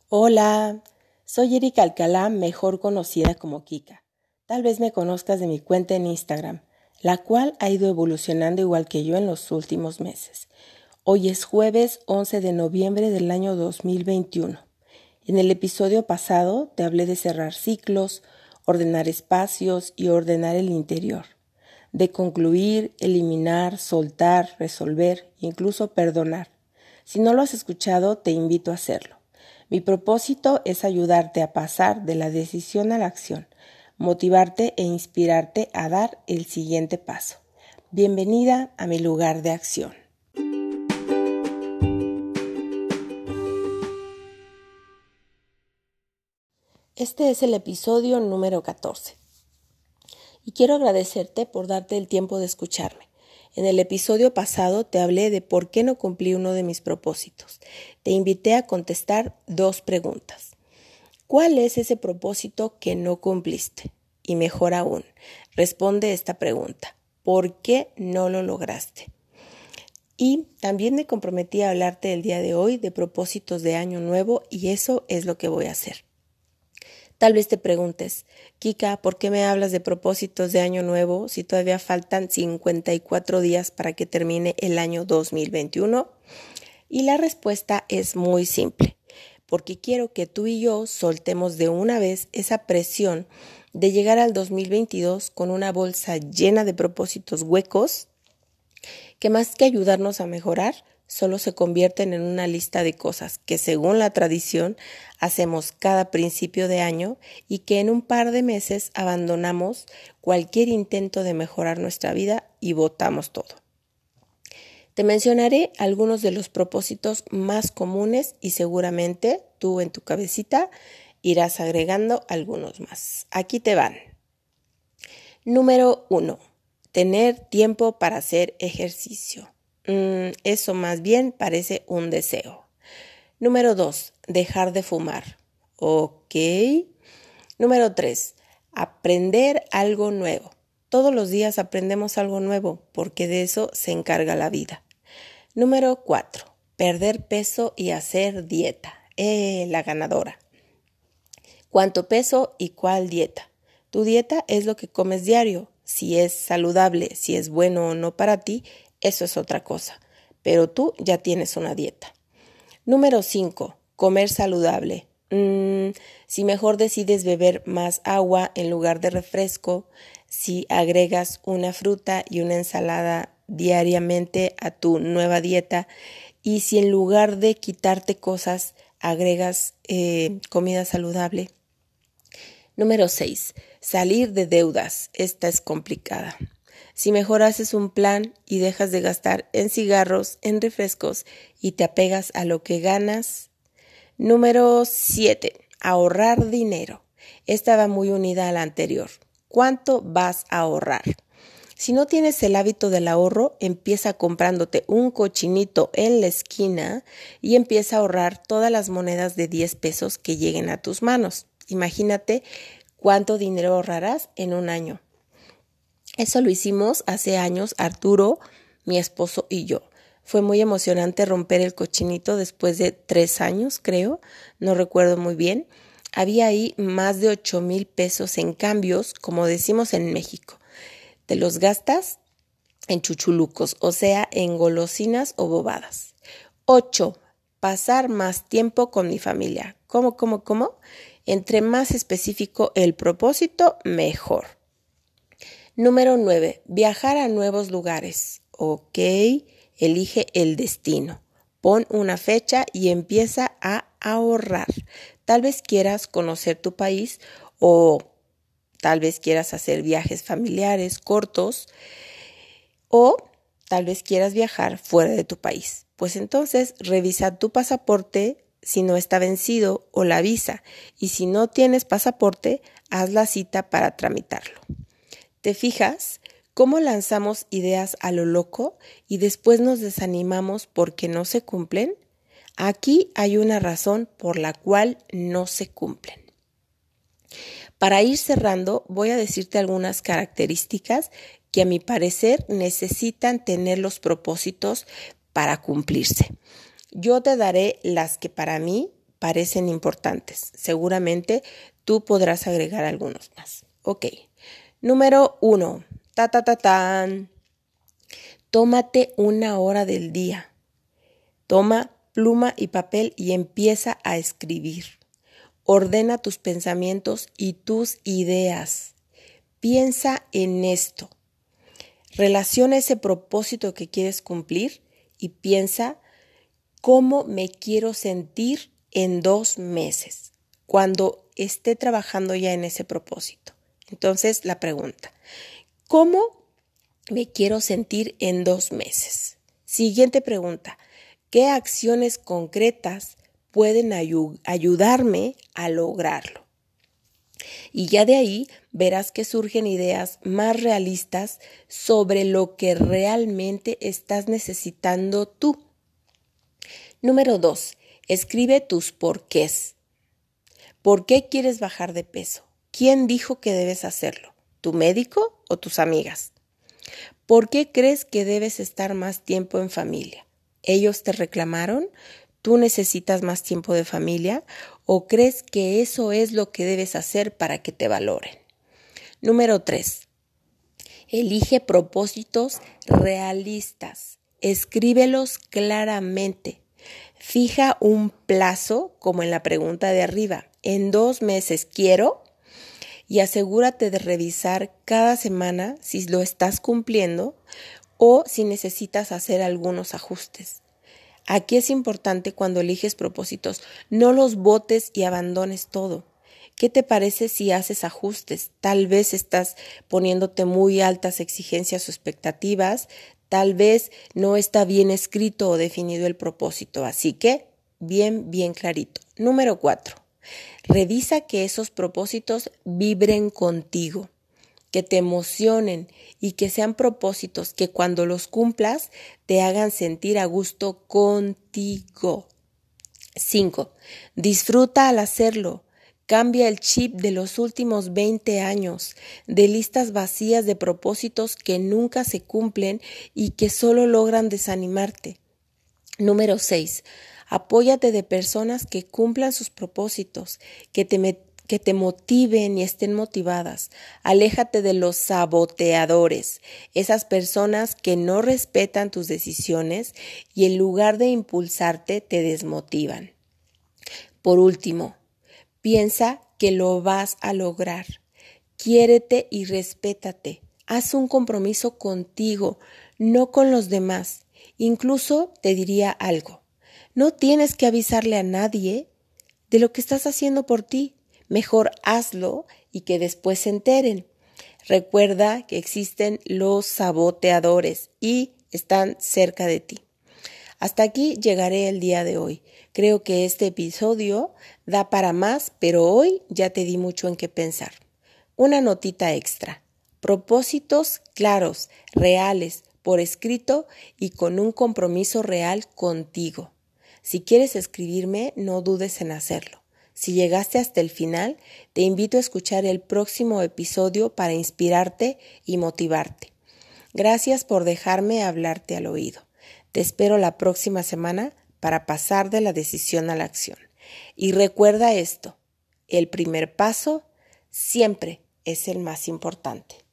Hola, soy Erika Alcalá, mejor conocida como Kika. Tal vez me conozcas de mi cuenta en Instagram, la cual ha ido evolucionando igual que yo en los últimos meses. Hoy es jueves 11 de noviembre del año 2021. En el episodio pasado te hablé de cerrar ciclos, ordenar espacios y ordenar el interior, de concluir, eliminar, soltar, resolver e incluso perdonar. Si no lo has escuchado, te invito a hacerlo. Mi propósito es ayudarte a pasar de la decisión a la acción, motivarte e inspirarte a dar el siguiente paso. Bienvenida a mi lugar de acción. Este es el episodio número 14 y quiero agradecerte por darte el tiempo de escucharme. En el episodio pasado te hablé de por qué no cumplí uno de mis propósitos. Te invité a contestar 2 preguntas. ¿Cuál es ese propósito que no cumpliste? Y mejor aún, responde esta pregunta. ¿Por qué no lo lograste? Y también me comprometí a hablarte el día de hoy de propósitos de año nuevo y eso es lo que voy a hacer. Tal vez te preguntes, Kika, ¿por qué me hablas de propósitos de año nuevo si todavía faltan 54 días para que termine el año 2021? Y la respuesta es muy simple, porque quiero que tú y yo soltemos de una vez esa presión de llegar al 2022 con una bolsa llena de propósitos huecos que más que ayudarnos a mejorar, solo se convierten en una lista de cosas que según la tradición hacemos cada principio de año y que en un par de meses abandonamos cualquier intento de mejorar nuestra vida y botamos todo. Te mencionaré algunos de los propósitos más comunes y seguramente tú en tu cabecita irás agregando algunos más. Aquí te van. Número 1. Tener tiempo para hacer ejercicio. Eso más bien parece un deseo. Número 2. Dejar de fumar. Ok. Número 3. Aprender algo nuevo. Todos los días aprendemos algo nuevo porque de eso se encarga la vida. Número 4. Perder peso y hacer dieta. La ganadora. ¿Cuánto peso y cuál dieta? Tu dieta es lo que comes diario. Si es saludable, si es bueno o no para ti, eso es otra cosa. Pero tú ya tienes una dieta. Número 5. Comer saludable. Si mejor decides beber más agua en lugar de refresco, si agregas una fruta y una ensalada diariamente a tu nueva dieta y si en lugar de quitarte cosas agregas comida saludable. Número 6. Salir de deudas. Esta es complicada. Si mejor haces un plan y dejas de gastar en cigarros, en refrescos y te apegas a lo que ganas. Número 7. Ahorrar dinero. Esta va muy unida a la anterior. ¿Cuánto vas a ahorrar? Si no tienes el hábito del ahorro, empieza comprándote un cochinito en la esquina y empieza a ahorrar todas las monedas de 10 pesos que lleguen a tus manos. Imagínate cuánto dinero ahorrarás en un año. Eso lo hicimos hace años Arturo, mi esposo y yo. Fue muy emocionante romper el cochinito después de 3 años, creo, no recuerdo muy bien. Había ahí más de 8,000 pesos en cambios, como decimos en México. Te los gastas en chuchulucos, o sea, en golosinas o bobadas. 8. Pasar más tiempo con mi familia. ¿Cómo? Entre más específico el propósito, mejor. Número 9. Viajar a nuevos lugares. Ok, elige el destino. Pon una fecha y empieza a ahorrar. Tal vez quieras conocer tu país o tal vez quieras hacer viajes familiares cortos o tal vez quieras viajar fuera de tu país. Pues entonces revisa tu pasaporte si no está vencido o la visa y si no tienes pasaporte, haz la cita para tramitarlo. ¿Te fijas cómo lanzamos ideas a lo loco y después nos desanimamos porque no se cumplen? Aquí hay una razón por la cual no se cumplen. Para ir cerrando, voy a decirte algunas características que a mi parecer necesitan tener los propósitos para cumplirse. Yo te daré las que para mí parecen importantes. Seguramente tú podrás agregar algunos más. Ok. Número 1. Tómate 1 hora del día. Toma pluma y papel y empieza a escribir. Ordena tus pensamientos y tus ideas. Piensa en esto. Relaciona ese propósito que quieres cumplir y piensa cómo me quiero sentir en 2 meses, cuando esté trabajando ya en ese propósito. Entonces, la pregunta, ¿cómo me quiero sentir en 2 meses? Siguiente pregunta, ¿qué acciones concretas pueden ayudarme a lograrlo? Y ya de ahí verás que surgen ideas más realistas sobre lo que realmente estás necesitando tú. Número 2. Escribe tus porqués. ¿Por qué quieres bajar de peso? ¿Quién dijo que debes hacerlo? ¿Tu médico o tus amigas? ¿Por qué crees que debes estar más tiempo en familia? ¿Ellos te reclamaron? ¿Tú necesitas más tiempo de familia? ¿O crees que eso es lo que debes hacer para que te valoren? Número 3. Elige propósitos realistas. Escríbelos claramente. Fija un plazo, como en la pregunta de arriba. En 2 meses quiero, y asegúrate de revisar cada semana si lo estás cumpliendo o si necesitas hacer algunos ajustes. Aquí es importante cuando eliges propósitos, no los botes y abandones todo. ¿Qué te parece si haces ajustes? Tal vez estás poniéndote muy altas exigencias o expectativas, tal vez no está bien escrito o definido el propósito, así que bien clarito. Número 4. Revisa que esos propósitos vibren contigo, que te emocionen y que sean propósitos que cuando los cumplas te hagan sentir a gusto contigo. 5. Disfruta al hacerlo. Cambia el chip de los últimos 20 años, de listas vacías de propósitos que nunca se cumplen y que solo logran desanimarte. Número 6. Apóyate de personas que cumplan sus propósitos, que te motiven y estén motivadas. Aléjate de los saboteadores, esas personas que no respetan tus decisiones y en lugar de impulsarte te desmotivan. Por último, piensa que lo vas a lograr. Quiérete y respétate. Haz un compromiso contigo, no con los demás. Incluso te diría algo. No tienes que avisarle a nadie de lo que estás haciendo por ti. Mejor hazlo y que después se enteren. Recuerda que existen los saboteadores y están cerca de ti. Hasta aquí llegaré el día de hoy. Creo que este episodio da para más, pero hoy ya te di mucho en qué pensar. Una notita extra. Propósitos claros, reales, por escrito y con un compromiso real contigo. Si quieres escribirme, no dudes en hacerlo. Si llegaste hasta el final, te invito a escuchar el próximo episodio para inspirarte y motivarte. Gracias por dejarme hablarte al oído. Te espero la próxima semana para pasar de la decisión a la acción. Y recuerda esto, el primer paso siempre es el más importante.